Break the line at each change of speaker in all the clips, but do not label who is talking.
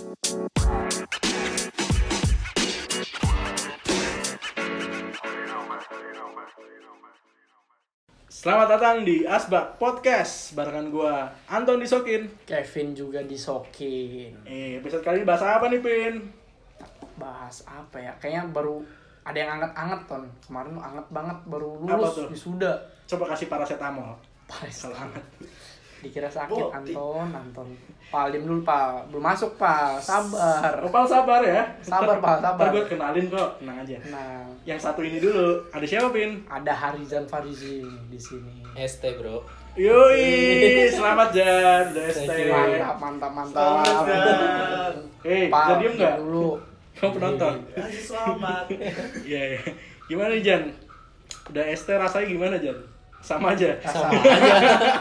Selamat datang di Asbak Podcast barengan gua Anton Disokin.
Kevin juga disokin.
Episode kali ini bahas apa nih, Pin?
Bahas apa ya? Kayaknya baru ada yang anget-anget, Ton. Kemarin lu anget banget, baru
Apa
lulus
tuh?
wisuda.
Coba kasih paracetamol.
Paris.
Kalau hangat.
Dikira sakit, Anton. Pak, diam dulu, Pak. Belum masuk, Pak. Sabar.
Opal sabar ya.
Sabar, Pak, sabar.
Ntar gue kenalin kok, tenang aja.
Nah,
Yang satu ini dulu, ada siapa, Pin?
ada Harizan Farizi di sini.
ST bro.
Yoi, selamat Jan, udah ST.
Thank you.
Mantap.
Selamat, Jan.
Pak,
bisa diem nggak?
dulu.
Kamu penonton?
Kasih selamat.
Iya, iya. Gimana nih, Jan? Udah ST rasanya gimana, Jan? Sama aja?
Sama
aja.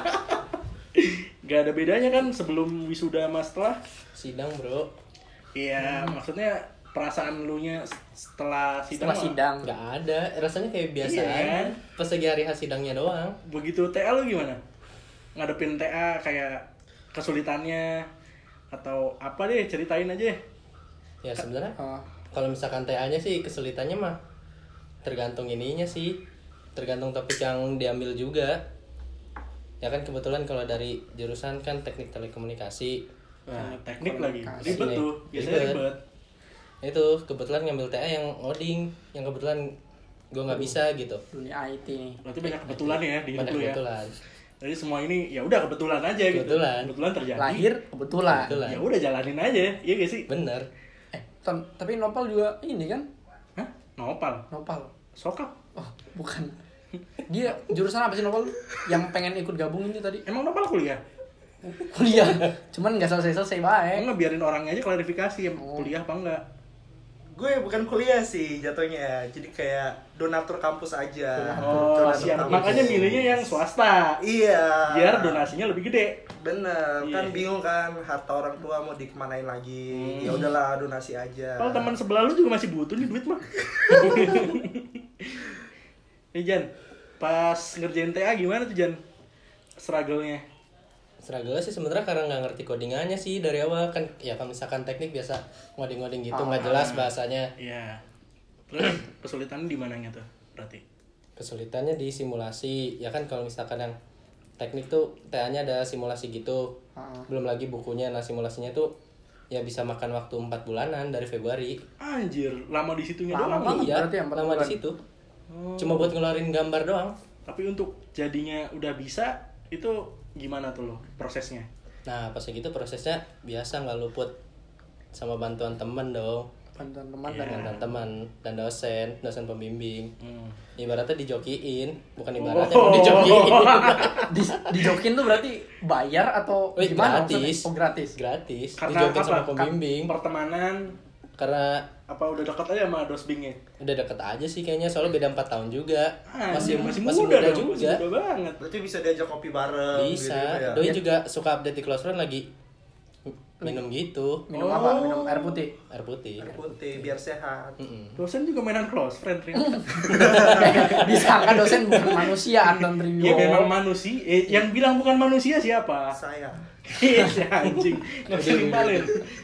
Gak ada bedanya kan sebelum wisuda sama setelah?
Sidang bro.
Iya, maksudnya perasaan lu nya setelah sidang.
Setelah sidang.
Nggak ada. Rasanya kayak biasa
Iya,
aja.
kan?
Pas lagi hari khas sidangnya doang.
Begitu TA lu gimana? Ngadepin TA kayak kesulitannya atau apa deh, ceritain aja.
Ya sebenarnya
Oh,
kalau misalkan TA-nya sih kesulitannya mah tergantung ininya sih. Tergantung topik yang diambil juga. Ya kan kebetulan kalau dari jurusan kan teknik telekomunikasi.
Nah, teknik lagi.
Komunikasi.
Ribet tuh, biasanya ribet.
Itu kebetulan ngambil TA yang ngoding, yang kebetulan gue nggak bisa gitu.
dunia IT nih.
Berarti banyak kebetulan ya di hidup
Banyak
lu ya.
kebetulan.
Jadi semua ini ya udah kebetulan aja gitu.
Kebetulan.
Kebetulan terjadi.
Lahir kebetulan.
Kebetulan.
Ya udah jalanin aja, iya gak sih?
Bener.
Ton, tapi Nopal juga ini kan?
Hah? Nopal.
Nopal.
Sokap.
Oh, bukan. Dia jurusan apa sih Nopal? Yang pengen ikut gabung ini tadi?
Emang Nopal kuliah?
Kuliah. Cuman nggak selesai-selesai baik.
Enggak, biarin orangnya aja klarifikasi ya,
Oh.
kuliah apa enggak.
Gue bukan kuliah sih jatuhnya, jadi kayak donatur kampus aja.
Oh,
Donatur
siap.
kampus.
Makanya milihnya yang swasta.
Iya.
Biar donasinya lebih gede.
Bener,
Iya.
kan bingung kan harta orang tua mau dikemanain lagi. Ya udahlah donasi aja.
Kalau teman sebelah lu juga masih butuh nih duit mah. Jan, pas ngerjain TA gimana tuh Jan? Struggle-nya.
Struggle sih sebenarnya karena nggak ngerti codingannya sih dari awal kan ya kalau misalkan teknik biasa ngoding-ngoding gitu nggak jelas bahasanya.
Iya. Terus kesulitannya di mananya tuh berarti?
Kesulitannya di simulasi ya kan kalau misalkan yang teknik tuh TA-nya ada simulasi gitu. Belum lagi bukunya. Nah simulasinya tuh ya bisa makan waktu 4 bulanan dari Februari.
Anjir, lama di situnya
Lama
doang.
banget.
Iya,
berarti yang 4
lama di
bulan.
situ. Cuma buat ngeluarin gambar doang.
Tapi untuk jadinya udah bisa itu gimana tuh lo prosesnya?
Nah pas gitu prosesnya biasa nggak luput sama bantuan temen dong.
Bantuan teman
Iya.
dan
Bantuan teman dan dosen pembimbing.
Hmm.
Ibaratnya dijokiin, bukan ibaratnya
Oh.
mau dijokiin.
dijokin tuh berarti bayar atau
Wih,
gimana?
gratis.
maksudnya? Oh, gratis.
Gratis.
Karena
Dijokin sama
apa?
pembimbing.
Pertemanan
Karena
apa udah dekat aja sama dosbingnya?
udah deket aja sih kayaknya soalnya beda 4 tahun juga.
Anjir,
Masih
muda
muda
dong,
juga.
Masih muda banget.
Berarti bisa diajak kopi bareng.
Bisa.
gitu ya.
Doi juga suka update di close friend lagi minum gitu,
Minum
Oh.
apa? Minum air putih.
air putih.
Air putih biar sehat.
Mm-mm.
Dosen juga mainan close friend ternyata.
Disangka dosen bukan manusia Anton
Ya
Trivio.
memang manusia. Yang bilang bukan manusia siapa?
Saya.
Iya si anjing. Nggak bisa nimpalin.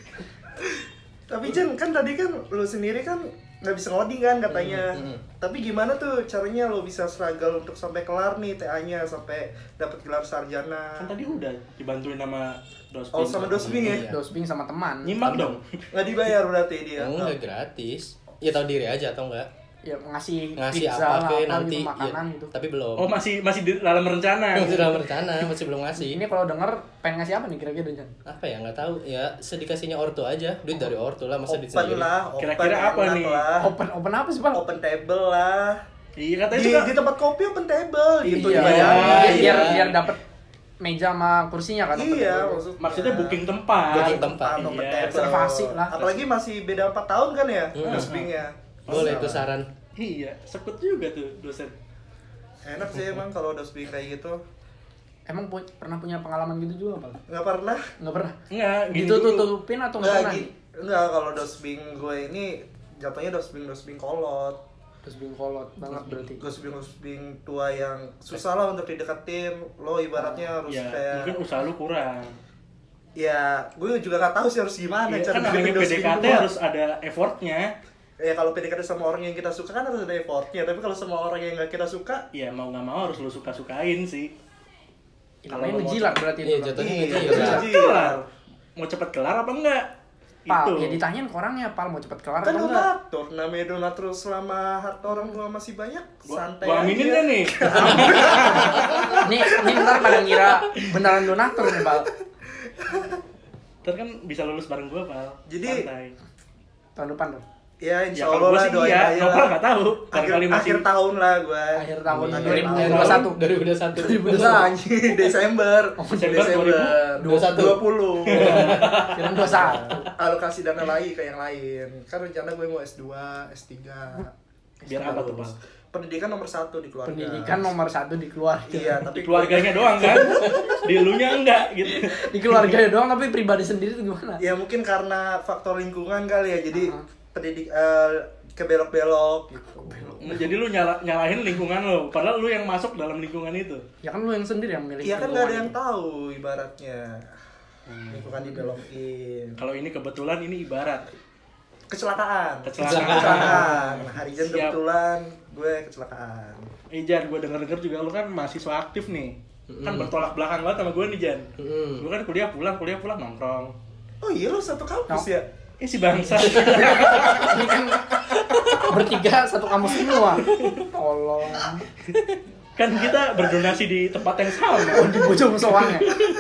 Tapi Jan, kan tadi kan lu sendiri kan nggak bisa ngoding kan katanya. Tapi gimana tuh caranya lu bisa struggle untuk sampai kelar nih TA-nya sampai dapat gelar sarjana?
Kan tadi udah dibantuin sama dosbing.
Oh, sama dosbing ya?
Iya.
Dosbing sama teman.
Nyimak dong.
Nggak dibayar berarti dia.
Enggak gratis. Ya tahu diri aja atau enggak.
Ya ngasih
Ngasih
pizza
apa
lah,
ke
apa
nanti
gitu, makanan
ya,
gitu.
tapi belum.
Oh masih di dalam rencana.
Masih dalam rencana, masih belum ngasih.
Ini kalau denger pengen ngasih apa nih kira-kira Jan?
Apa ya nggak tahu ya sedikasihnya ortu aja duit dari ortu lah masa duit
Open
sendiri.
lah, open
Kira-kira apa
enak
nih?
lah.
Open apa sih, Bang?
Open table lah.
Iya katanya
Di,
suka.
di tempat kopi open table gitu
Iya,
dibayangin.
biar
iya.
biar dapat meja sama kursinya kan. open
Iya,
table.
Maksudnya booking tempat.
Booking tempat,
open
iya.
table.
Reservasi lah.
Apalagi masih beda 4 tahun kan ya, dosbingnya.
Boleh itu saran.
Iya, sekut juga tuh dosen.
Enak sih emang kalau dosbing kayak gitu.
Emang pernah punya pengalaman gitu juga, Bang?
Nggak pernah.
Nggak pernah.
Enggak, gini
Gitu
dulu.
tutupin atau nggak pernah?
Enggak, kalau dosbing gue ini jatuhnya dosbing kolot.
Dosbing kolot banget berarti.
Dosbing tua yang susah lah untuk dideketin. Lo ibaratnya harus
Ya,
kayak
mungkin usaha lu kurang.
Ya, gue juga nggak tahu sih harus gimana
Iya,
cara
kan namanya
deketin doi
PDKT
selingkuh.
harus ada effortnya.
Ya kalau PDKT sama orang yang kita suka kan harus ada effortnya, tapi kalau sama orang yang nggak kita suka,
Ya mau nggak mau harus lu suka-sukain sih.
Namanya
lu mau
ngejilat berarti
Iya,
itu.
jatuhnya
iya,
ngejilat.
cepet kelar. Mau cepet kelar apa enggak?
Pal,
Itu.
ya ditanyain ke orangnya, Pal mau cepet kelar
kan
atau enggak?
donatur, namanya donatur selama harta orang tua masih banyak, santai
Gua aminin
aja.
kan nih.
Ini ntar pada ngira beneran donatur nih, Pal.
Ntar kan bisa lulus bareng gua, Pal.
Jadi-
Santai.
Tahun depan dong.
Ya
Ya
insya
kalau
Allah
gua
lah
sih
doain
iya,
aja
Nopal
lah.
nggak tahu.
Akhir,
Barangkali masih
akhir tahun lah gue.
Akhir tahun
Akhir
2021.
2021.
2021.
anjing Desember.
Desember
2020.
Kira 21.
Alokasi dana lagi ke yang lain. Kan rencana gue mau S2, S3.
Biar apa tuh, Pal?
Pendidikan nomor 1 di keluarga.
Pendidikan nomor 1 di keluarga.
Iya,
Di
tapi
keluarganya doang kan? Di elunya enggak gitu.
Di keluarganya doang, tapi pribadi sendiri itu gimana?
ya mungkin karena faktor lingkungan kali ya. Jadi pendidik kebelok-belok gitu.
Jadi lu nyalahin lingkungan lu, padahal lu yang masuk dalam lingkungan itu.
Ya kan lu yang sendiri yang milih.
Iya kan nggak ada
lingkungan
yang
itu.
tahu ibaratnya. Lingkungan dibelokin.
Kalau ini kebetulan ini ibarat
Kecelakaan.
Kecelakaan.
Hari Jan
Siap.
kebetulan gue kecelakaan.
Jan, gue denger juga lu kan mahasiswa aktif nih. Kan bertolak belakang banget sama gue nih, Jan. Gue kan kuliah pulang nongkrong.
Oh iya lo satu kampus ya?
Si bangsa.
Ini kan bertiga satu kampus semua. Tolong.
Kan kita berdonasi di tempat yang sama.
Oh, di bojong soangnya.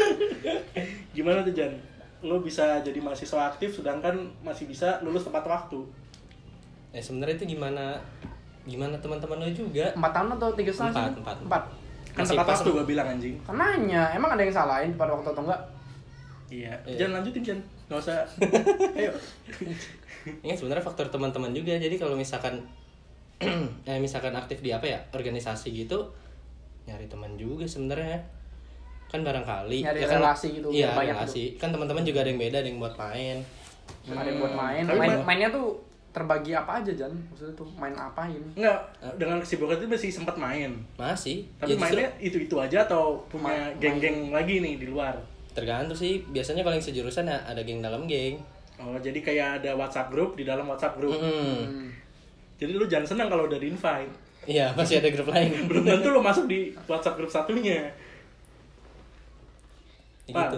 Gimana tuh, Jan? Lo bisa jadi mahasiswa aktif sedangkan masih bisa lulus tepat waktu.
Ya sebenarnya itu gimana teman-teman lo juga.
4 tahun atau 3 setengah sih?
4.
4.
Kan
Masih
tepat
pas
waktu
lo.
gue bilang anjing.
Kan nanya, emang ada yang salahin pada waktu atau enggak?
Iya.
Iya.
Jan lanjutin, Jan. Nggak usah. Ayo.
Ini sebenarnya faktor teman-teman juga. Jadi kalau misalkan misalkan aktif di apa ya, organisasi gitu, nyari teman juga sebenarnya. Kan barangkali
Nyari
ya kan,
relasi gitu,
Iya,
biar banyak
relasi. Kan teman-teman juga ada yang beda, ada yang buat main.
Ada yang buat main.
Tapi
Mainnya tuh terbagi apa aja, Jan? Maksudnya tuh main apain?
Enggak, dengan kesibukan itu masih sempat main.
Masih.
Tapi
Ya, justru
mainnya itu-itu aja atau punya
Main.
geng-geng lagi nih di luar?
tergantung sih. Biasanya kalau yang sejurusan ya ada geng dalam geng.
Oh, jadi kayak ada WhatsApp group di dalam WhatsApp group.
Hmm.
Jadi lu jangan senang kalau udah di-invite.
Iya, masih ada grup lain.
Belum tentu lu masuk di WhatsApp group satunya.
Ya
Pak.
gitu.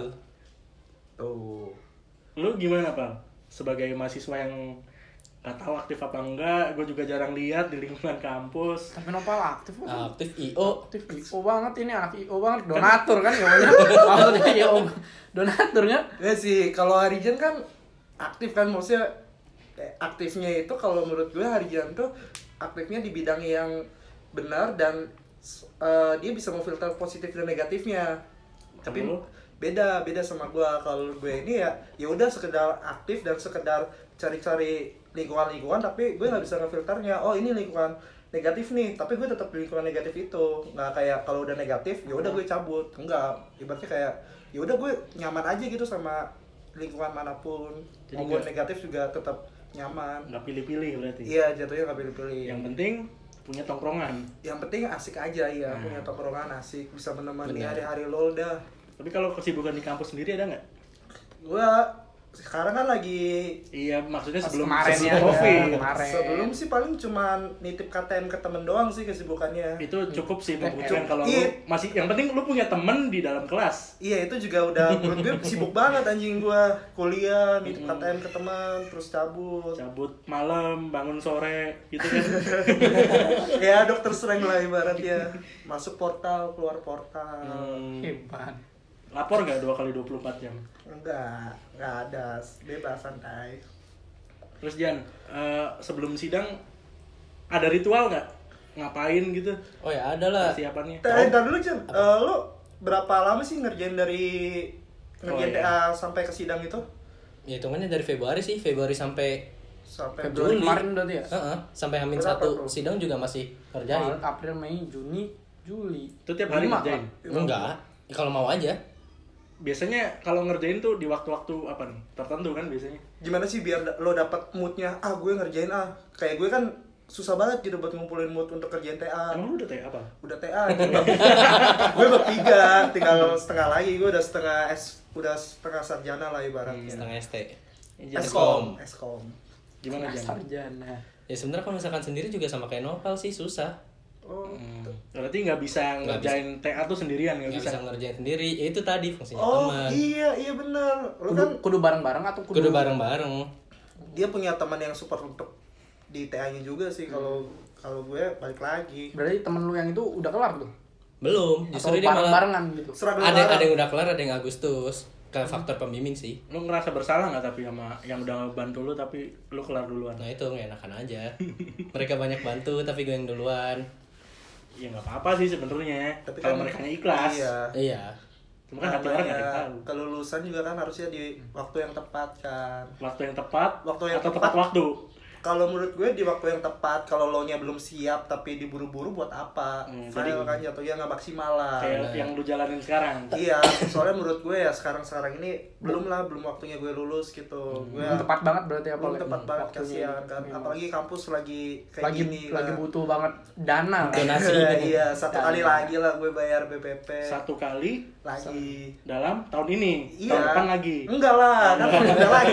Tuh.
Lu gimana, Pak? Sebagai mahasiswa yang nggak tahu aktif apa enggak, gue juga jarang lihat di lingkungan kampus.
Tapi Nopal aktif kok.
Aktif IO.
Aktif IO banget ini, anak IO banget. Donatur kan namanya. Maksudnya IO. Donaturnya.
Ya sih, kalau Harijan kan aktif kan, maksudnya aktifnya itu kalau menurut gue Harijan tuh aktifnya di bidang yang benar dan dia bisa memfilter positif dan negatifnya. Tapi
Kalau lu?
beda sama gue. Kalau gue ini ya udah sekedar aktif dan sekedar cari-cari lingkungan, tapi gue nggak bisa ngefilternya. Oh ini lingkungan negatif nih, tapi gue tetap di lingkungan negatif itu. Nggak kayak kalau udah negatif ya udah gue cabut. Enggak, ibaratnya kayak ya udah gue nyaman aja gitu sama lingkungan manapun.
Jadi
Mau gue
nggak-
negatif juga tetap nyaman.
Nggak pilih-pilih berarti.
Iya, jatuhnya nggak pilih-pilih.
Yang penting punya tongkrongan.
Yang penting asik aja ya,
Nah.
punya tongkrongan asik, bisa menemani
Benar.
hari-hari lo dah.
Tapi kalau kesibukan di kampus sendiri ada nggak?
Gua sekarang kan lagi
Iya, maksudnya
Pas
sebelum
kemarin
sebelum
ya,
COVID.
kemarin.
sebelum sih paling cuman nitip KTM ke temen doang sih kesibukannya.
Itu cukup sih membuktikan
cukup.
kalau lu
Iya.
masih yang penting lu punya temen di dalam kelas.
Iya, itu juga udah menurut gue sibuk banget anjing gua. Kuliah, nitip KTM ke teman, terus cabut.
Cabut malam, bangun sore gitu kan.
Ya Dokter Strange lah ibaratnya. Masuk portal, keluar portal.
Hebat.
Lapor nggak 2x24 jam?
Enggak ada, bebas santai.
Terus Jan, sebelum sidang ada ritual nggak? Ngapain gitu?
Oh ya ada lah.
Persiapannya?
Ntar dulu Jan, lu berapa lama sih ngerjain
Oh, iya.
TA sampai ke sidang itu?
Ya hitungannya dari Februari sih, Februari sampai
Sampai
Februari
Juli.
kemarin berarti ya?
Sampai Hamin
Berapa
1
tuh?
sidang juga masih kerjain.
Maret, April, Mei, Juni, Juli.
Itu tiap hari
5,
ngerjain?
Pak.
Enggak, ya, kalau mau aja.
Biasanya kalau ngerjain tuh di waktu-waktu apa nih? Tertentu kan biasanya?
Gimana sih biar lo dapet moodnya? Ah gue ngerjain ah. Kayak gue kan susah banget gitu buat ngumpulin mood untuk kerjaan TA.
Emang lu udah TA apa?
Udah TA gitu. Gue bab 3, tinggal setengah lagi, gue udah setengah sarjana lah ibaratnya.
Setengah ST.
Eskom.
Gimana Jan?
Sarjana.
Ya sebenarnya kalau misalkan sendiri juga sama kayak Nopal sih susah.
Oh.
Berarti nggak bisa ngerjain TA tuh sendirian, nggak
Nggak
bisa.
bisa ngerjain sendiri. Ya itu tadi fungsinya
Oh,
teman.
iya benar. Lu kan
Kudu bareng-bareng atau
Kudu bareng-bareng.
dia punya teman yang support untuk di TA-nya juga sih kalau gue balik lagi.
Berarti temen lu yang itu udah kelar tuh?
Belum,
Atau
justru dia malah
bareng-barengan gitu?
ada yang udah kelar, ada yang Agustus. Ke faktor pembimbing sih.
Lu ngerasa bersalah nggak tapi sama yang udah bantu lu tapi lu kelar duluan?
Nah itu ngenakan aja. Mereka banyak bantu tapi gue yang duluan.
Ya nggak apa-apa sih sebenarnya.
Tapi
Kalau
kan
mereka ikhlas.
Iya.
Cuma kan hati orang nggak ada yang tahu.
Kelulusan juga kan harusnya di waktu yang tepat kan.
Waktu yang tepat.
Waktu yang
atau
tepat.
tepat waktu.
Kalau menurut gue di waktu yang tepat, kalau lo nya belum siap tapi diburu-buru buat apa?
Jadi
Kan jatuhnya nggak maksimal lah.
kayak yang lu jalanin sekarang.
Iya, soalnya menurut gue ya sekarang ini belum waktunya gue lulus gitu. Gue
Belum tepat banget berarti apa?
belum tepat banget
waktunya.
kasihan kan. Apalagi kampus lagi kayak
Lagi
gini.
lagi
kan.
butuh banget dana. kan?
Donasi.
Iya, satu kali lagi lah gue bayar BPP.
Satu kali
Lagi.
dalam tahun ini.
Iya.
Tahun depan lagi.
Enggak lah, kan udah lagi.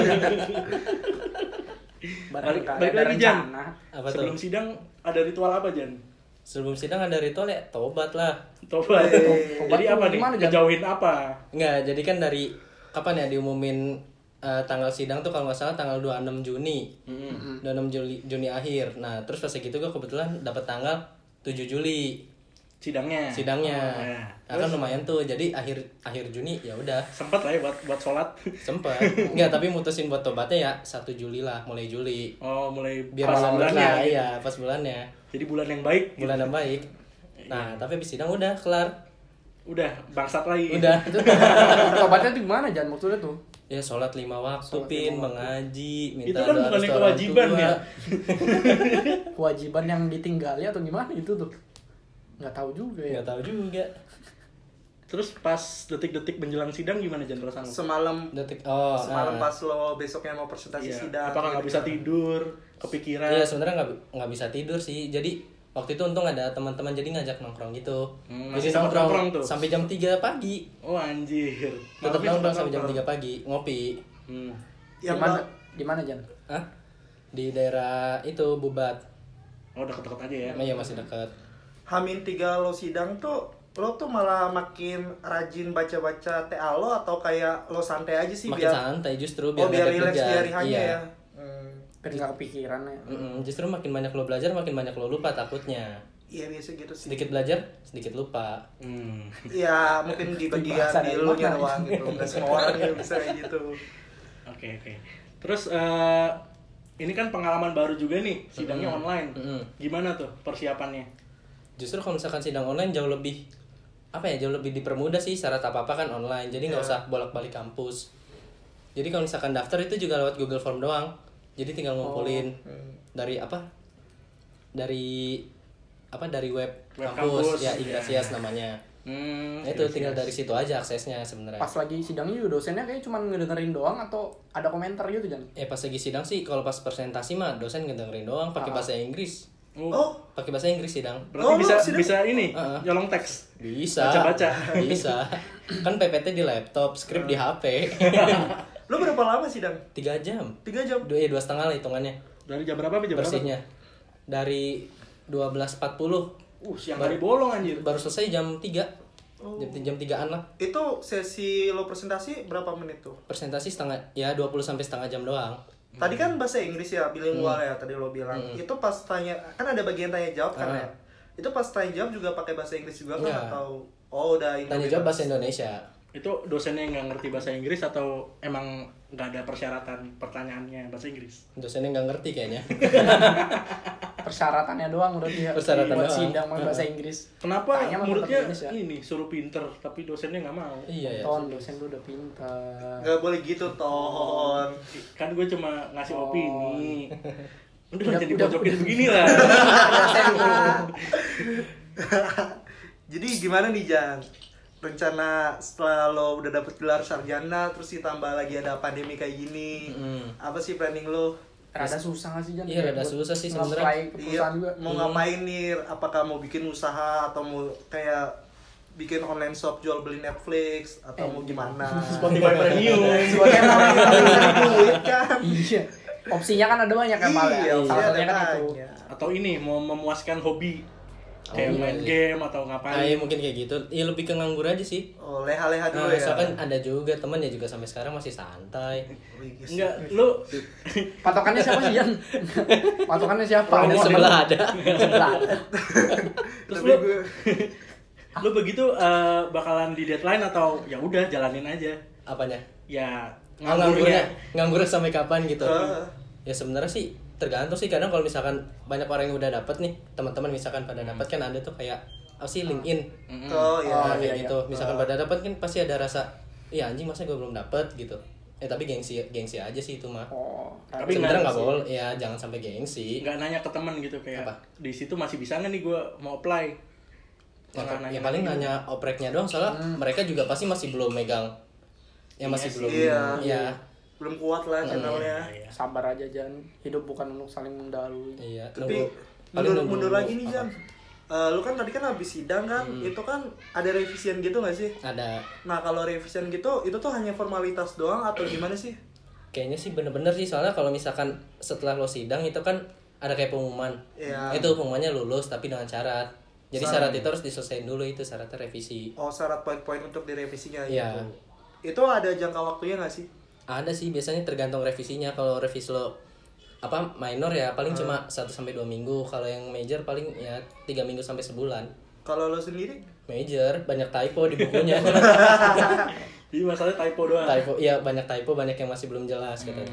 Balik
Barangkali ada
lagi Jan.
rencana.
Apa tuh?
Sebelum sidang ada ritual apa Jan?
Sebelum sidang ada ritual ya tobat lah.
Tobat.
Hey.
Jadi
Tobat
apa
tuh
nih?
gimana, Jan?
Ngejauhin apa?
Enggak, jadi kan dari kapan ya diumumin tanggal sidang tuh kalau nggak salah tanggal 26 Juni. 26 Juni akhir. Nah, terus pas gitu gue kebetulan dapat tanggal 7 Juli
Sidangnya.
sidangnya.
Ya.
Nah, kan lumayan tuh. Jadi akhir Juni ya udah
Sempet lah ya buat sholat.
sempet. Enggak, tapi mutusin buat tobatnya ya 1 Juli lah, mulai Juli.
Oh, mulai
Biar
pas
malam
bulannya.
lah, iya, pas bulannya.
Jadi bulan yang baik.
Bulan yang baik. Nah, tapi habis sidang udah kelar.
Udah bangsat lagi.
Udah.
Itu tobatnya tuh gimana Jan maksudnya tuh?
Ya sholat 5 waktu, Pin, mengaji, minta
Itu kan
doa
bukannya
restu orang
kewajiban
tua.
ya?
Kewajiban yang ditinggali atau gimana itu tuh? Nggak tahu juga ya.
Nggak tahu juga.
Terus pas detik-detik menjelang sidang gimana Jan perasaan lu?
Semalam
Semalam
pas lo besoknya mau presentasi
Iya.
sidang.
Apakah nggak bisa
gitu.
tidur, kepikiran?
Iya, sebenarnya nggak bisa tidur sih. Jadi waktu itu untung ada teman-teman jadi ngajak nongkrong gitu.
Masih
Jadi
sempet nongkrong tuh?
sampai jam 3 pagi.
Oh anjir.
Tetap
Tapi
nongkrong
sempet
sampai jam
nongkrong.
3 pagi, ngopi.
Yang
Gimana?
ba-
Gimana Jan?
Hah? Di daerah itu Bubat.
Oh deket-deket aja ya.
Iya, masih dekat.
Hamin 3 lo sidang tuh lo tuh malah makin rajin baca-baca TA lo atau kayak lo santai aja sih
Makin
biar
santai justru
biar
nggak
relax di
deg-degan.
hari hanya
Iya.
ya.
Biar nggak kepikiran ya.
Justru makin banyak lo belajar, makin banyak lo lupa takutnya.
Iya biasa gitu sih.
Sedikit belajar, sedikit lupa.
Iya mungkin di bagian
Bahasa
di
dari
lo nya
mana?
doang gitu. Nggak semua orang yang bisa kayak gitu.
Oke. Terus ini kan pengalaman baru juga nih, sidangnya online. Gimana tuh persiapannya?
Justru kalau misalkan sidang online jauh lebih jauh lebih dipermudah sih, syarat apa kan online, jadi nggak usah bolak-balik kampus. Jadi kalau misalkan daftar itu juga lewat Google Form doang, jadi tinggal ngumpulin dari web kampus ya, Igrasias namanya. Nah, itu tinggal dari situ aja aksesnya sebenarnya.
Pas lagi sidangnya juga dosennya kayak cuma ngedengerin doang atau ada komentar gitu Jan?
Pas lagi sidang sih, kalau pas presentasi mah dosen ngedengerin doang pakai bahasa Inggris.
Oh,
Pakai bahasa Inggris sidang.
Berarti
Oh,
bisa
sidang?
bisa ini nyolong teks.
Bisa.
Baca-baca.
Bisa. Kan PPT di laptop, skrip di HP.
lo berapa lama sidang?
3 jam.
3 jam.
2,5 lah hitungannya.
Dari jam berapa sampai jam berapa?
Bersihnya. Dari 12.40
Siang hari bolong anjir.
baru selesai jam 3. Jam 3-an lah.
Itu sesi lo presentasi berapa menit tuh?
Presentasi 20 sampai setengah jam doang.
Tadi kan bahasa Inggris ya, bilingual ya tadi lo bilang. Itu pas tanya, kan ada bagian tanya jawab kan ya? Itu pas tanya jawab juga pakai bahasa Inggris juga kan
Iya.
atau udah
Tanya jawab bahasa Indonesia.
Itu dosennya yang nggak ngerti bahasa Inggris atau emang nggak ada persyaratan pertanyaannya bahasa Inggris?
Dosennya nggak ngerti kayaknya.
Persyaratannya doang berarti ya.
Persyaratan
buat
doang.
sidang pakai bahasa Inggris.
Kenapa
Tanya mah
menurutnya
tetap Indonesia.
ini suruh pinter tapi dosennya nggak mau?
Iya ya.
Ton dosen lu udah pintar.
Nggak boleh gitu, Ton.
Kan gue cuma ngasih
Oh.
opini. Udah
Udah-
jadi
udah-
pojokin begini lah.
Jadi gimana nih, Jan? Rencana setelah lo udah dapet gelar sarjana, terus ditambah lagi ada pandemi kayak gini, apa sih planning lo?
Rada susah nggak sih Jan?
Iya, rada
Buat
susah sih
nge-apply
sebenarnya.
ke
Iya,
perusahaan juga.
mau ngapain nih? Apakah mau bikin usaha atau mau kayak bikin online shop jual beli Netflix atau mau gimana?
Spotify Premium.
Sebagai duit kan.
Iya. Opsinya kan ada banyak kan Mal ya.
Iya,
Salah
ada
satunya kan itu.
banyak.
Atau ini mau memuaskan hobi.
iya,
Kayak main
iya.
game atau
Nah,
ngapain.
ya mungkin kayak gitu. Ya lebih ke nganggur aja sih.
Oh, leha-leha dulu
Nah,
ya.
soalnya ada juga temen ya juga sampai sekarang masih santai.
Wih, guys.
Enggak, lu
Patokannya siapa sih Jan? Patokannya siapa?
Ada
temen.
sebelah ada.
Sebelah.
terus
Tapi
lu
gue
lu begitu bakalan di deadline atau ya udah jalanin aja.
Apanya?
Ya
Nganggurnya,
nganggurnya.
nganggurnya sampai kapan gitu?
Ah.
Ya sebenarnya sih tergantung sih, kadang kalau misalkan banyak orang yang udah dapet nih, teman-teman misalkan pada dapet kan ada tuh kayak apa sih LinkedIn.
oh ya.
Nah,
iya,
kayak gitu. Misalkan pada dapet kan pasti ada rasa, iya anjing masa gue belum dapet gitu. Tapi gengsi aja sih itu mah.
Oh,
Tapi
Sebenarnya
nggak
nggak
sih.
boleh, ya jangan sampai gengsi.
Nggak nanya ke teman gitu kayak
Apa?
di situ masih bisa nggak nih gue mau apply.
Ya paling nanya opreknya doang, soalnya mereka juga pasti masih belum megang. Ya masih belum.
Iya.
Ya.
Belum kuat lah channelnya.
Iya.
sabar aja Jan. Hidup bukan untuk saling mendahului.
Iya.
Tapi
Paling
mundur
nunggu-
lagi nih Jan. Lu kan tadi kan habis sidang kan, itu kan ada revisian gitu nggak sih?
Ada.
Nah kalau revisian gitu, itu tuh hanya formalitas doang atau gimana sih?
Kayaknya sih bener-bener sih, soalnya kalau misalkan setelah lo sidang itu kan ada kayak pengumuman.
Iya.
Itu pengumumannya lulus tapi dengan syarat. Jadi syarat itu harus diselesaikan dulu, itu syaratnya revisi.
Oh syarat poin-poin untuk direvisinya
Iya.
gitu. Itu ada jangka waktunya nggak sih?
Ada sih, biasanya tergantung revisinya. Kalau revisi lo apa minor ya paling cuma 1 sampai 2 minggu. Kalau yang major paling ya 3 minggu sampai sebulan.
Kalau lo sendiri?
Major banyak typo di bukunya.
Jadi masalahnya typo doang.
Typo, iya banyak typo, banyak yang masih belum jelas katanya.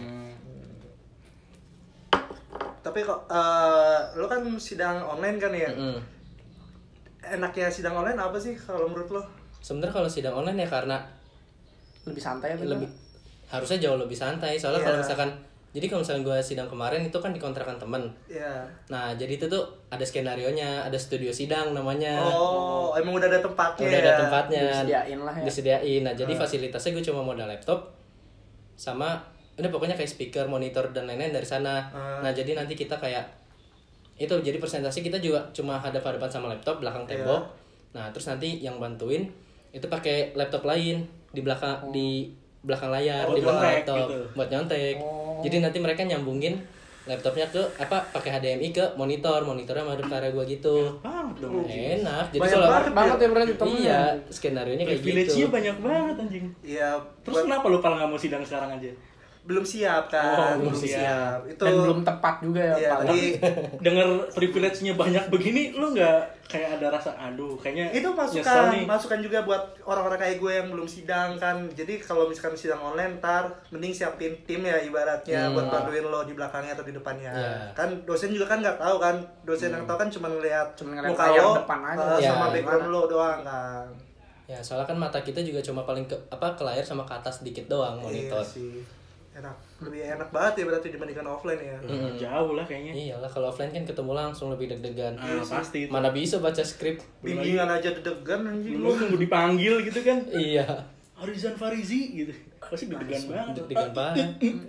Tapi kok lo kan sidang online kan ya?
Mm-mm.
Enaknya sidang online apa sih kalau menurut lo?
Sebenarnya kalau sidang online ya karena
Lebih santai apa
lebih harusnya jauh lebih santai. Soalnya
Iya.
kalau misalkan gue sidang kemarin itu kan dikontrakan temen.
Iya.
Nah jadi itu tuh ada skenarionya, ada studio sidang namanya.
Oh, emang udah ada tempatnya.
Udah
ya?
ada tempatnya.
Disediain lah ya.
Disediain. Nah jadi fasilitasnya gue cuma modal laptop sama udah pokoknya kayak speaker, monitor dan lain-lain dari sana. Nah jadi nanti kita kayak itu jadi presentasi kita juga cuma hadap-hadapan sama laptop belakang tembok. Nah terus nanti yang bantuin itu pakai laptop lain di belakang layar
Oh,
di belakang
nyontek
laptop
gitu.
buat nyontek. Jadi nanti mereka nyambungin laptopnya ke pakai HDMI ke monitornya madep ke arah gua gitu.
Banget dong.
Enak. Jadi
Banyak
kalau
Banget ya berarti temennya.
iya, skenarionya kayak
Privilege-nya
gitu.
banyak banget anjing.
Iya.
Terus kenapa lu kalau nggak mau sidang sekarang aja?
Belum siap kan?
Oh, belum
siap. Itu
Dan belum tepat juga ya
Iya,
Pak.
tadi
Dengar privilege-nya banyak begini, lu nggak kayak ada rasa aduh kayaknya
itu
nyesel nih.
masukan juga buat orang-orang kayak gue yang belum sidang kan. Jadi kalau misalkan sidang online ntar mending siapin tim ya ibaratnya buat bantuin lo di belakangnya atau di depannya.
Iya.
Kan dosen juga kan nggak tahu kan. Dosen yang tahu kan cuma ngeliat
Cuma ngeliat
muka
layar
lo
depan aja.
Iya.
sama background lo doang kan.
Ya, soalnya kan mata kita juga cuma paling ke layar sama ke atas sedikit doang monitor.
Iya sih. Enak. Lebih enak banget ya berarti dibandingkan offline ya.
Jauh lah kayaknya.
Iyalah kalau offline kan ketemu langsung lebih deg-degan.
Pasti itu.
Mana bisa baca skrip?
Bimbingan aja deg-degan anjing
Lu
lo.
nunggu dipanggil gitu kan.
Iya.
Harizan Farizi gitu. Pasti deg-degan banget.
Deg-degan banget.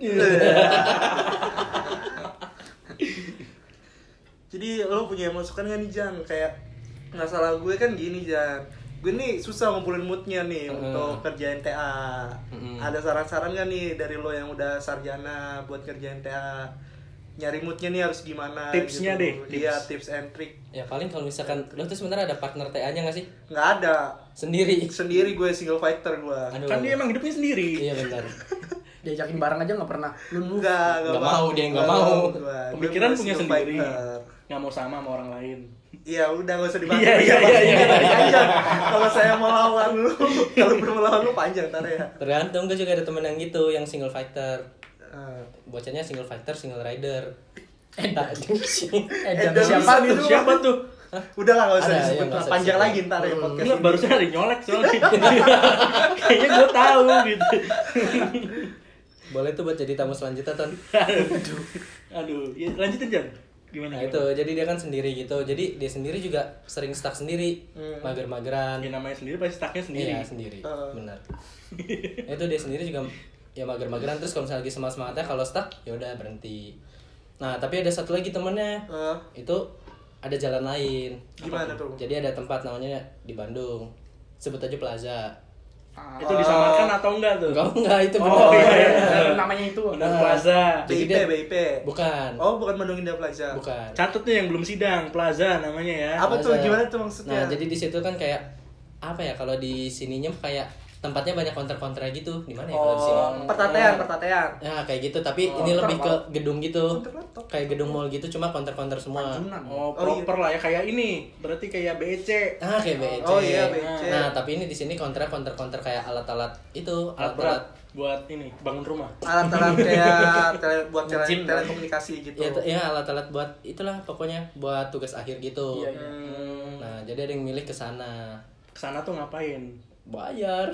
Jadi lo punya masukan gak nih Jan? Kayak nggak salah gue kan gini Jan. Gue nih susah ngumpulin moodnya nih untuk kerjain TA. Ada saran-saran gak nih dari lo yang udah sarjana buat kerjain TA? Nyari moodnya nih harus gimana?
Tipsnya
gitu.
deh,
Iya tips and trick.
Ya paling kalau misalkan lo tuh sebenarnya ada partner TA-nya nggak sih?
Nggak ada.
Sendiri.
Sendiri gue single fighter gue.
Aduh.
Kan dia emang hidupnya sendiri.
Iya benar.
Diajakin bareng aja nggak pernah. Lu
Nggak
Nggak mau, dia nggak mau.
Gue
Pemikiran punya
single
sendiri.
fighter.
Nggak mau sama orang lain.
Iya udah gak usah dibahas.
Iya.
Panjang. Kalau saya mau lawan lu, kalau belum melawan lu panjang ntar ya.
Tergantung, gue juga ada temen yang gitu, yang single fighter.
Eh,
Bocahnya single fighter, single rider.
Edan
Edan
siapa
bisa
gitu?
Siapa tuh?
Udah lah gak usah
Ada,
disebut
iya, nggak usah
panjang
disebut.
lagi ntar ya podcast
Enggak,
ini.
barusan ada nyolek soalnya. Kayaknya gue tahu gitu.
Boleh tuh buat jadi tamu selanjutnya, Ton.
Aduh, ya, lanjutin Jan. Gimana?
Nah itu, jadi dia kan sendiri gitu. Jadi dia sendiri juga sering stuck sendiri. Mager-mageran.
Ya namanya sendiri pasti stucknya sendiri.
Iya, sendiri. Benar. Itu dia sendiri juga ya mager-mageran, terus kalau misalnya lagi semangat-semangatnya kalau stuck ya udah berhenti. Nah, tapi ada satu lagi temennya. Itu ada jalan lain.
Gimana tuh?
Jadi ada tempat namanya di Bandung. Sebut aja Plaza.
Itu disamarkan atau enggak tuh?
Enggak, itu
Oh,
bener.
iya.
Namanya itu.
Bandung Plaza.
Jadi
BIP.
Bukan.
Oh, bukan Bandung Indah Plaza.
Bukan.
Catat nih yang belum sidang, Plaza namanya ya.
Apa tuh?
Plaza.
Gimana tuh maksudnya?
Nah, jadi di situ kan kayak apa ya, kalau di sininya kayak tempatnya banyak konter-konter gitu. Di mana ya kalau di sini?
pertatean.
Ya kayak gitu, tapi ini lebih ke gedung gitu.
Konter laptop.
Kayak gedung mall gitu, cuma konter-konter semua.
Oh, proper lah ya kayak ini. Berarti kayak BEC.
Kayak BEC.
Oh iya, BEC.
Nah, tapi ini di sini konter kayak alat-alat itu,
Alat berat buat ini bangun rumah.
Alat-alat kayak buat
Nge-gym.
telekomunikasi gitu.
Ya, alat-alat buat itulah pokoknya buat tugas akhir gitu.
Iya, iya.
Nah, jadi ada yang milih ke sana.
Kesana tuh ngapain?
Bayar.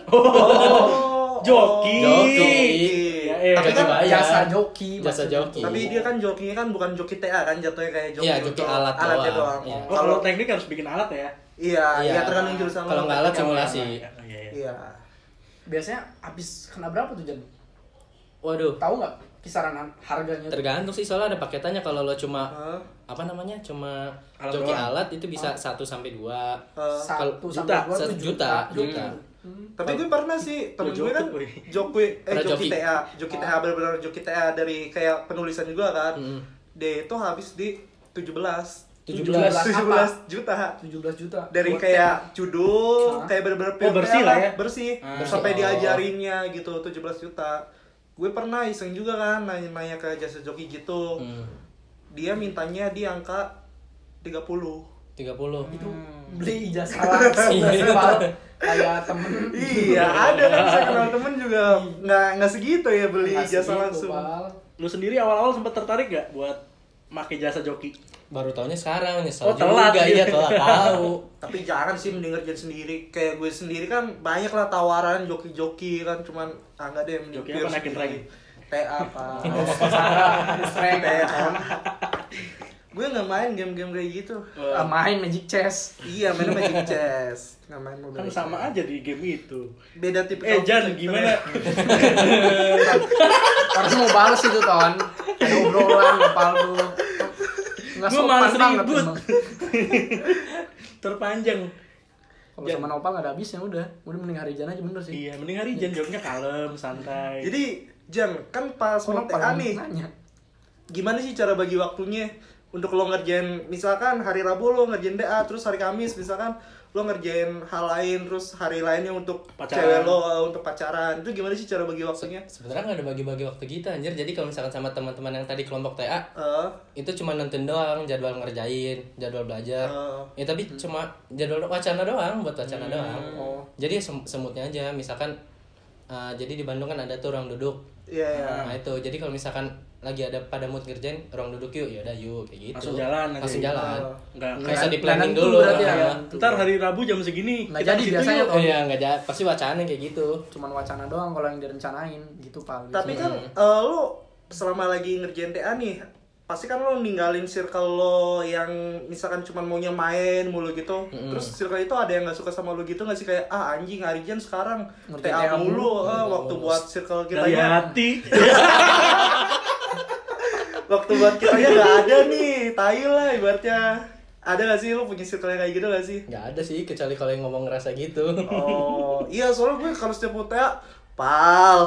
Joki.
Tapi
Tapi kan
bayar.
jasa joki.
Jasa
maksudnya.
joki.
Tapi dia kan jokinya kan bukan joki TA kan, jatuhnya kayak joki.
Iya, joki
untuk
alat
alatnya
doang.
doang.
Iya.
Oh, kalau teknik harus bikin alat ya?
Iya,
Iya.
iya tergantung jurusan
Kalau
lo.
nggak alat simulasi.
Oh, iya, iya.
Iya.
Biasanya habis kena berapa tuh Jan?
Waduh,
Tahu nggak kisaran harganya? tuh?
tergantung sih, soalnya ada paketannya. Kalau lo cuma
Hah?
apa namanya? Cuma
Alat
joki
doang.
alat itu bisa 1 sampai 2.
Satu
Kalau
sampai dua tuh
juta.
Tapi gue pernah sih, temen gue kan
Joki.
Pernah
joki
joki.
TA, joki TA benar-benar joki TA dari kayak penulisan juga kan.
Mm.
Dia itu habis di 17
17.
17 juta.
17 juta.
Dari
Buat
kayak judul,
Hah?
kayak bener-bener
Oh, bersih lah ya?
bersih.
Ah.
Sampai
Bersih.
diajarinnya gitu 17 juta. Gue pernah iseng juga kan nanya-nanya ke jasa joki gitu. Dia mintanya di angka 30.
30.
itu beli ijazah langsung Pak. Kayak temen.
Iya, ada kan saya kenal temen juga nggak segitu ya beli
Nggak
jasa
segitu,
langsung.
Pal.
Lu sendiri awal-awal sempat tertarik gak buat make jasa joki?
Baru tahunya sekarang, nyesel
Oh, telat.
juga. Iya, telat tahu.
Tapi jangan sih mending ngerjain sendiri. Kayak gue sendiri kan banyak lah tawaran joki-joki kan, cuman enggak deh mending
Joki
pure
apa, naikin
sendiri. TA apa.
Strength.
TA. Gue nggak main game-game kayak gitu.
Main Magic Chess.
Iya, mainnya Magic Chess. Nggak main Mobile
Kan
Legends.
sama aja di game itu.
Beda tipe.
Jan, gimana?
Harus mau balas itu Ton. Ada obrolan Pal lu. Nggak
Gua
sopan
malas
banget
ribut.
emang.
Terpanjang.
Kalau sama Nopal nggak ada habisnya udah mending hari Jan aja bener sih.
Iya, mending hari Jan jawabnya kalem, santai.
Jadi, Jan, kan pas mau
Nopal
TA nih,
nanya.
gimana sih cara bagi waktunya untuk lo ngerjain, misalkan hari Rabu lo ngerjain DA, terus hari Kamis misalkan lo ngerjain hal lain, terus hari lainnya untuk
Pacaran.
cewek lo, untuk pacaran, itu gimana sih cara bagi waktunya?
Sebenarnya nggak ada bagi-bagi waktu kita anjir. Jadi kalau misalkan sama teman-teman yang tadi kelompok TA, itu cuma nonton doang, jadwal ngerjain, jadwal belajar. Ya tapi cuma jadwal wacana doang, buat wacana doang.
Oh.
Jadi ya semutnya aja. Misalkan jadi di Bandung kan ada tuh ruang duduk.
Iya, iya.
Nah itu, jadi kalau misalkan lagi ada pada mood ngerjain ruang duduk yuk, ya udah yuk kayak gitu.
Langsung jalan aja.
Langsung jalan.
Nggak
Nggak usah di
Nggak
planning
nentu
dulu.
berarti ya.
Iya.
Ntar hari Rabu jam segini
Nggak
kita
jadi
di situ
biasanya
yuk.
tuh.
Iya, nggak jadi. Pasti wacana kayak gitu.
Cuman wacana doang kalau yang direncanain gitu Pal.
Tapi kan lo selama lagi ngerjain TA nih, pasti kan lo ninggalin circle lo yang misalkan cuma maunya main mulu gitu. Terus circle itu ada yang nggak suka sama lo gitu nggak sih, kayak anjing Arijan sekarang
Ngerjain
TA
TA
mulu,
mulu.
waktu buat circle
Dari
kitanya
hati.
waktu buat kitanya nggak ada nih, tai lah ibaratnya. Ada gak sih lo punya circle kayak gitu gak sih?
Nggak ada sih, kecuali kalau yang ngomong ngerasa gitu.
Oh iya, soalnya gue kalau setiap mau TA, Pal,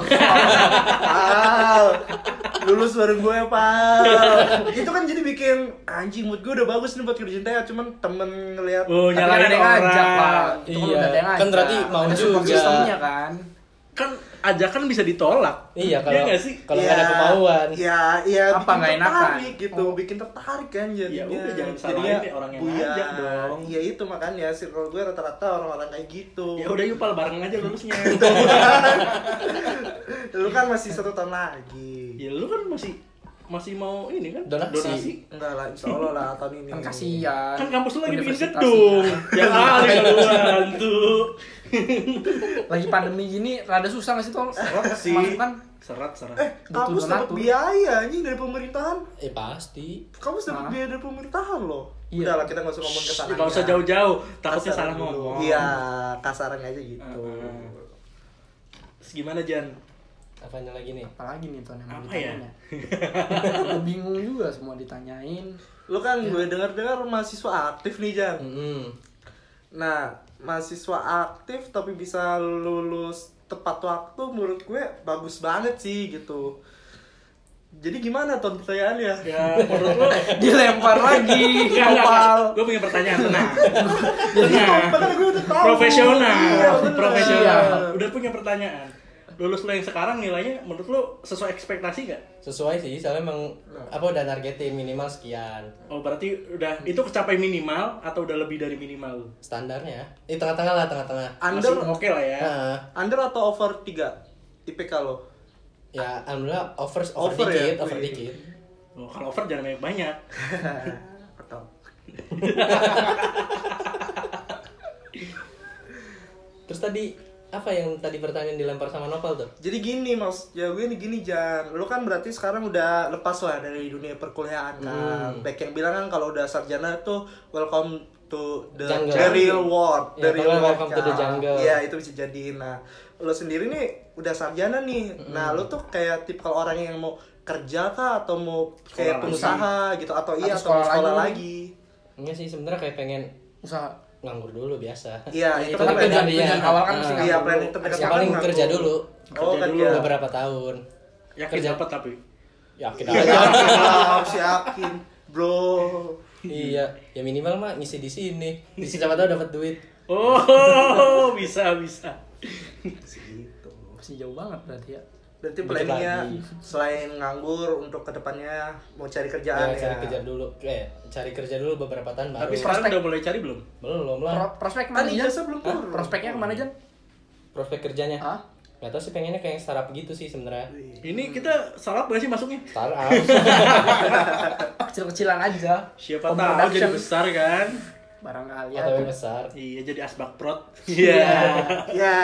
lulus bareng gue Pal. Itu kan jadi bikin anjing, mood gue udah bagus nih buat kerjaan TA, cuman temen ngeliat.
Oh,
Tapi kan
nyalain
ada yang ngajak, Pak.
orang.
Itu kan
Iya,
udah ada yang
kan
ngajak.
berarti mau
Ada support
juga.
sistemnya kan.
Kan ajakan bisa ditolak.
Iya, kalau
nggak sih?
kalau nggak ada kemauan.
Iya,
Apa,
bikin
nggak enakan?
tertarik gitu, bikin tertarik kan jadinya.
Ya udah, jangan salahin
Jadinya
deh orang yang
buyar.
ngajak dong.
Iya itu makanya circle gue rata-rata orang-orang kayak gitu.
Ya udah yuk Pal, bareng aja lulusnya.
Lu kan masih 1 tahun lagi.
Ya lu kan masih mau ini kan?
Donasi.
Enggak lah, insya Allah lah tahun ini.
Kan kasihan.
Kan kampus lu lagi bikin
Universitasnya.
gedung. Yang kali kalau bantu.
Lagi pandemi gini rada susah nggak sih Tol?
Serat sih.
Masukan
Serat.
Butuh
Kampus dapat
donatur.
biaya anjing dari pemerintahan.
Pasti.
Kampus dapat
Hah?
biaya dari pemerintahan loh.
Iya.
Udah lah, kita nggak usah ngomong ke sana.
Gak usah jauh-jauh, takutnya
Kasaran
salah
dulu.
ngomong.
Iya, kasaran aja gitu.
Terus gimana Jan?
Apanya lagi nih?
Apalagi nih Ton yang mau
Apa ya?
ditanyain ya? Udah bingung juga semua ditanyain.
Lu kan gue dengar-dengar mahasiswa aktif nih, Jan. Nah, mahasiswa aktif tapi bisa lulus tepat waktu menurut gue bagus banget sih gitu. Jadi gimana Ton pertanyaannya?
Ya menurut lo
Dilempar lagi.
Gue punya pertanyaan, tenang.
Padahal gue udah tahu.
Profesional.
Iya, bener.
Profesional.
Iya.
Udah punya pertanyaan. Lulus lo yang sekarang nilainya menurut lo sesuai ekspektasi gak?
Sesuai sih, soalnya emang apa udah nargetin minimal sekian.
Oh berarti udah itu kecapai minimal atau udah lebih dari minimal?
Standarnya. Tengah-tengah lah, tengah-tengah.
Masih
Under
oke lah ya.
Nah,
under atau over 3 IPK lo?
ya alhamdulillah over
Over
dikit,
ya?
over
Wih.
dikit.
Oh, kalau over jangan banyak.
Betul.
Terus tadi apa yang tadi pertanyaan dilempar sama Nopal tuh?
Jadi gini mas, ya gue nih gini Jan, lu kan berarti sekarang udah lepas lah dari dunia perkuliahan kan. Baik yang bilang kan kalau udah sarjana tuh welcome to the
Jungle.
real world,
Ya,
the real
kalau
world
welcome to the jungle.
Iya itu bisa jadi. Nah, lu sendiri nih udah sarjana nih, nah lu tuh kayak tipe kalau orang yang mau kerja kah atau mau kayak
Sekolah
pengusaha gitu atau iya
Atau
atau mau
sekolah
sekolah
lagi.
lagi.
Enggak sih, sebenarnya kayak pengen
Usaha.
nganggur dulu biasa.
Iya
Ya,
itu
Tapi
kan
tujuan
iya.
awal kan mesti
Ah.
Iya,
nganggur
planning
dulu.
terdekat
Yang
kan
paling
nganggur.
kerja dulu
Oh
Kerja
kan
dulu.
ya.
beberapa tahun.
Yakin dapat tapi.
Yakin
Iya,
aja.
yakin, bro.
Iya, ya minimal mah ngisi di sini. Di sini siapa tahu dapat duit.
Oh, bisa.
Gitu.
Masih jauh banget berarti ya.
Berarti
Dikit
planningnya
lagi.
selain nganggur untuk kedepannya mau cari kerjaan
Ya,
ya.
cari kerja dulu. Cari kerja dulu beberapa tahun baru.
Tapi sekarang udah mulai cari belum?
Belum lah.
Prospek
Kan
kemana Jan?
ijazah belum turun.
Prospeknya kemana Jan?
Prospek kerjanya.
Hah?
Gak tau sih, pengennya kayak startup gitu sih sebenarnya.
Ini kita salah gak sih masuknya?
Startup.
Kecil-kecilan aja.
Siapa
Home
tahu
production.
jadi besar kan?
Barangkali
Atau
ya.
yang besar.
Iya, jadi asbak prot.
Iya.
Ya.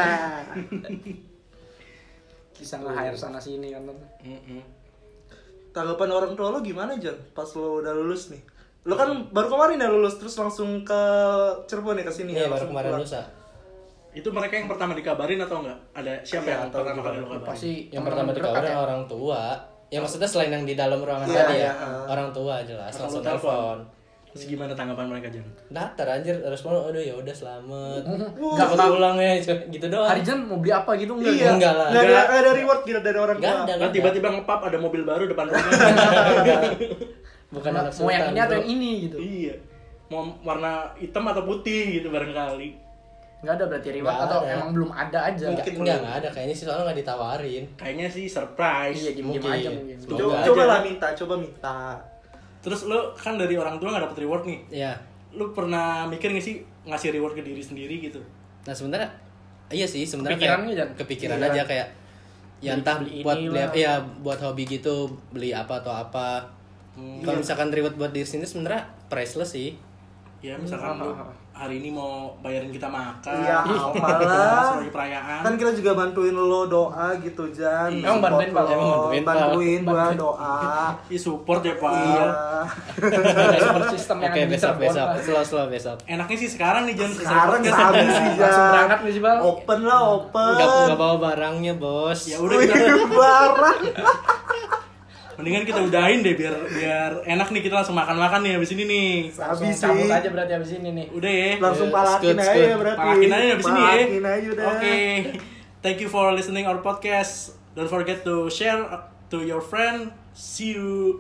Bisa nge-hire sana sini kan.
Mm-mm.
Tanggapan orang tua lo gimana, Jon? Pas lo udah lulus nih. Lo kan baru kemarin ya lulus terus langsung ke Cirebon nih ke sini
Iya,
ya.
baru
langsung
kemarin
pulang.
lulus ah.
Itu mereka yang pertama dikabarin atau enggak? Ada siapa
Iya,
yang
atau
pertama kali
gimana?
lo kabarin?
Pasti
Yang pertama
teman-teman
dikabarin
dekat ya.
orang tua. Ya maksudnya selain yang di dalam ruangan
Iya,
tadi
iya.
ya. Orang tua jelas
Atau
langsung
lo telepon?
telepon.
Terus gimana tanggapan mereka, Jan?
Datar anjir, respon aduh ya udah selamat.
Nggak
Cepet
tahu.
pulang ya gitu doang.
Harijan mau beli apa gitu enggak?
Iya.
Enggak lah.
Nggak ada reward gitu dari orang
Nggak
tua.
ada.
Kan tiba-tiba ngepap ada mobil baru depan rumah.
Bukan anak
Mau yang
sultan,
ini atau
bro.
yang ini gitu.
Iya. Mau warna hitam atau putih gitu barangkali.
Enggak ada berarti reward
Nggak
atau
ada.
emang belum ada aja.
Enggak, enggak ada kayaknya sih, soalnya nggak ditawarin.
Kayaknya sih surprise.
Iya, diem-diem
Mungkin.
aja mungkin.
Semoga
Coba,
aja.
coba lah minta, coba minta.
Terus lo kan dari orang tua gak dapet reward nih.
Iya.
Lo pernah mikir gak sih ngasih reward ke diri sendiri gitu?
Nah sebenarnya iya sih sebenarnya
Kepikiran
kayak
aja, Jan?
kepikiran
Kepikiran.
aja kayak ya entah
Beli
buat
ini
beli
lah.
ya buat hobi gitu, beli apa atau apa. Kalau misalkan reward buat diri sendiri sebenarnya priceless sih.
Ya misalkan lo hari ini mau bayarin kita makan.
Iya, apalah.
Sebagai perayaan.
Kan kita juga bantuin lo doa gitu, Jan.
Iya.
Emang bantuin, Pak?
Support
Emang
lo,
bantuin, Pak?
bantuin gua doa.
Ih support ya Pak.
Iya.
Support system yang
Oke,
ada di
besok
Cirebon,
besok
Pak.
slow besok.
Enaknya sih sekarang nih Jan.
Sekarang
Podcast.
sabi sih, Jan.
Langsung berangkat nih sih, Bang.
Open lah, open.
Enggak bawa barangnya, Bos.
Ya udah
Wih,
kita
barang.
mendingan kita udahin deh biar enak nih, kita langsung makan-makan nih habis ini nih.
Sabi sih.
Cabut aja berarti habis ini nih.
Udah ya.
Langsung
Ya,
palakin
skut,
aja
skut.
berarti.
Palakin aja habis ini ya.
Palakin aja udah.
Oke. Thank you for listening our podcast. Don't forget to share to your friend. See you.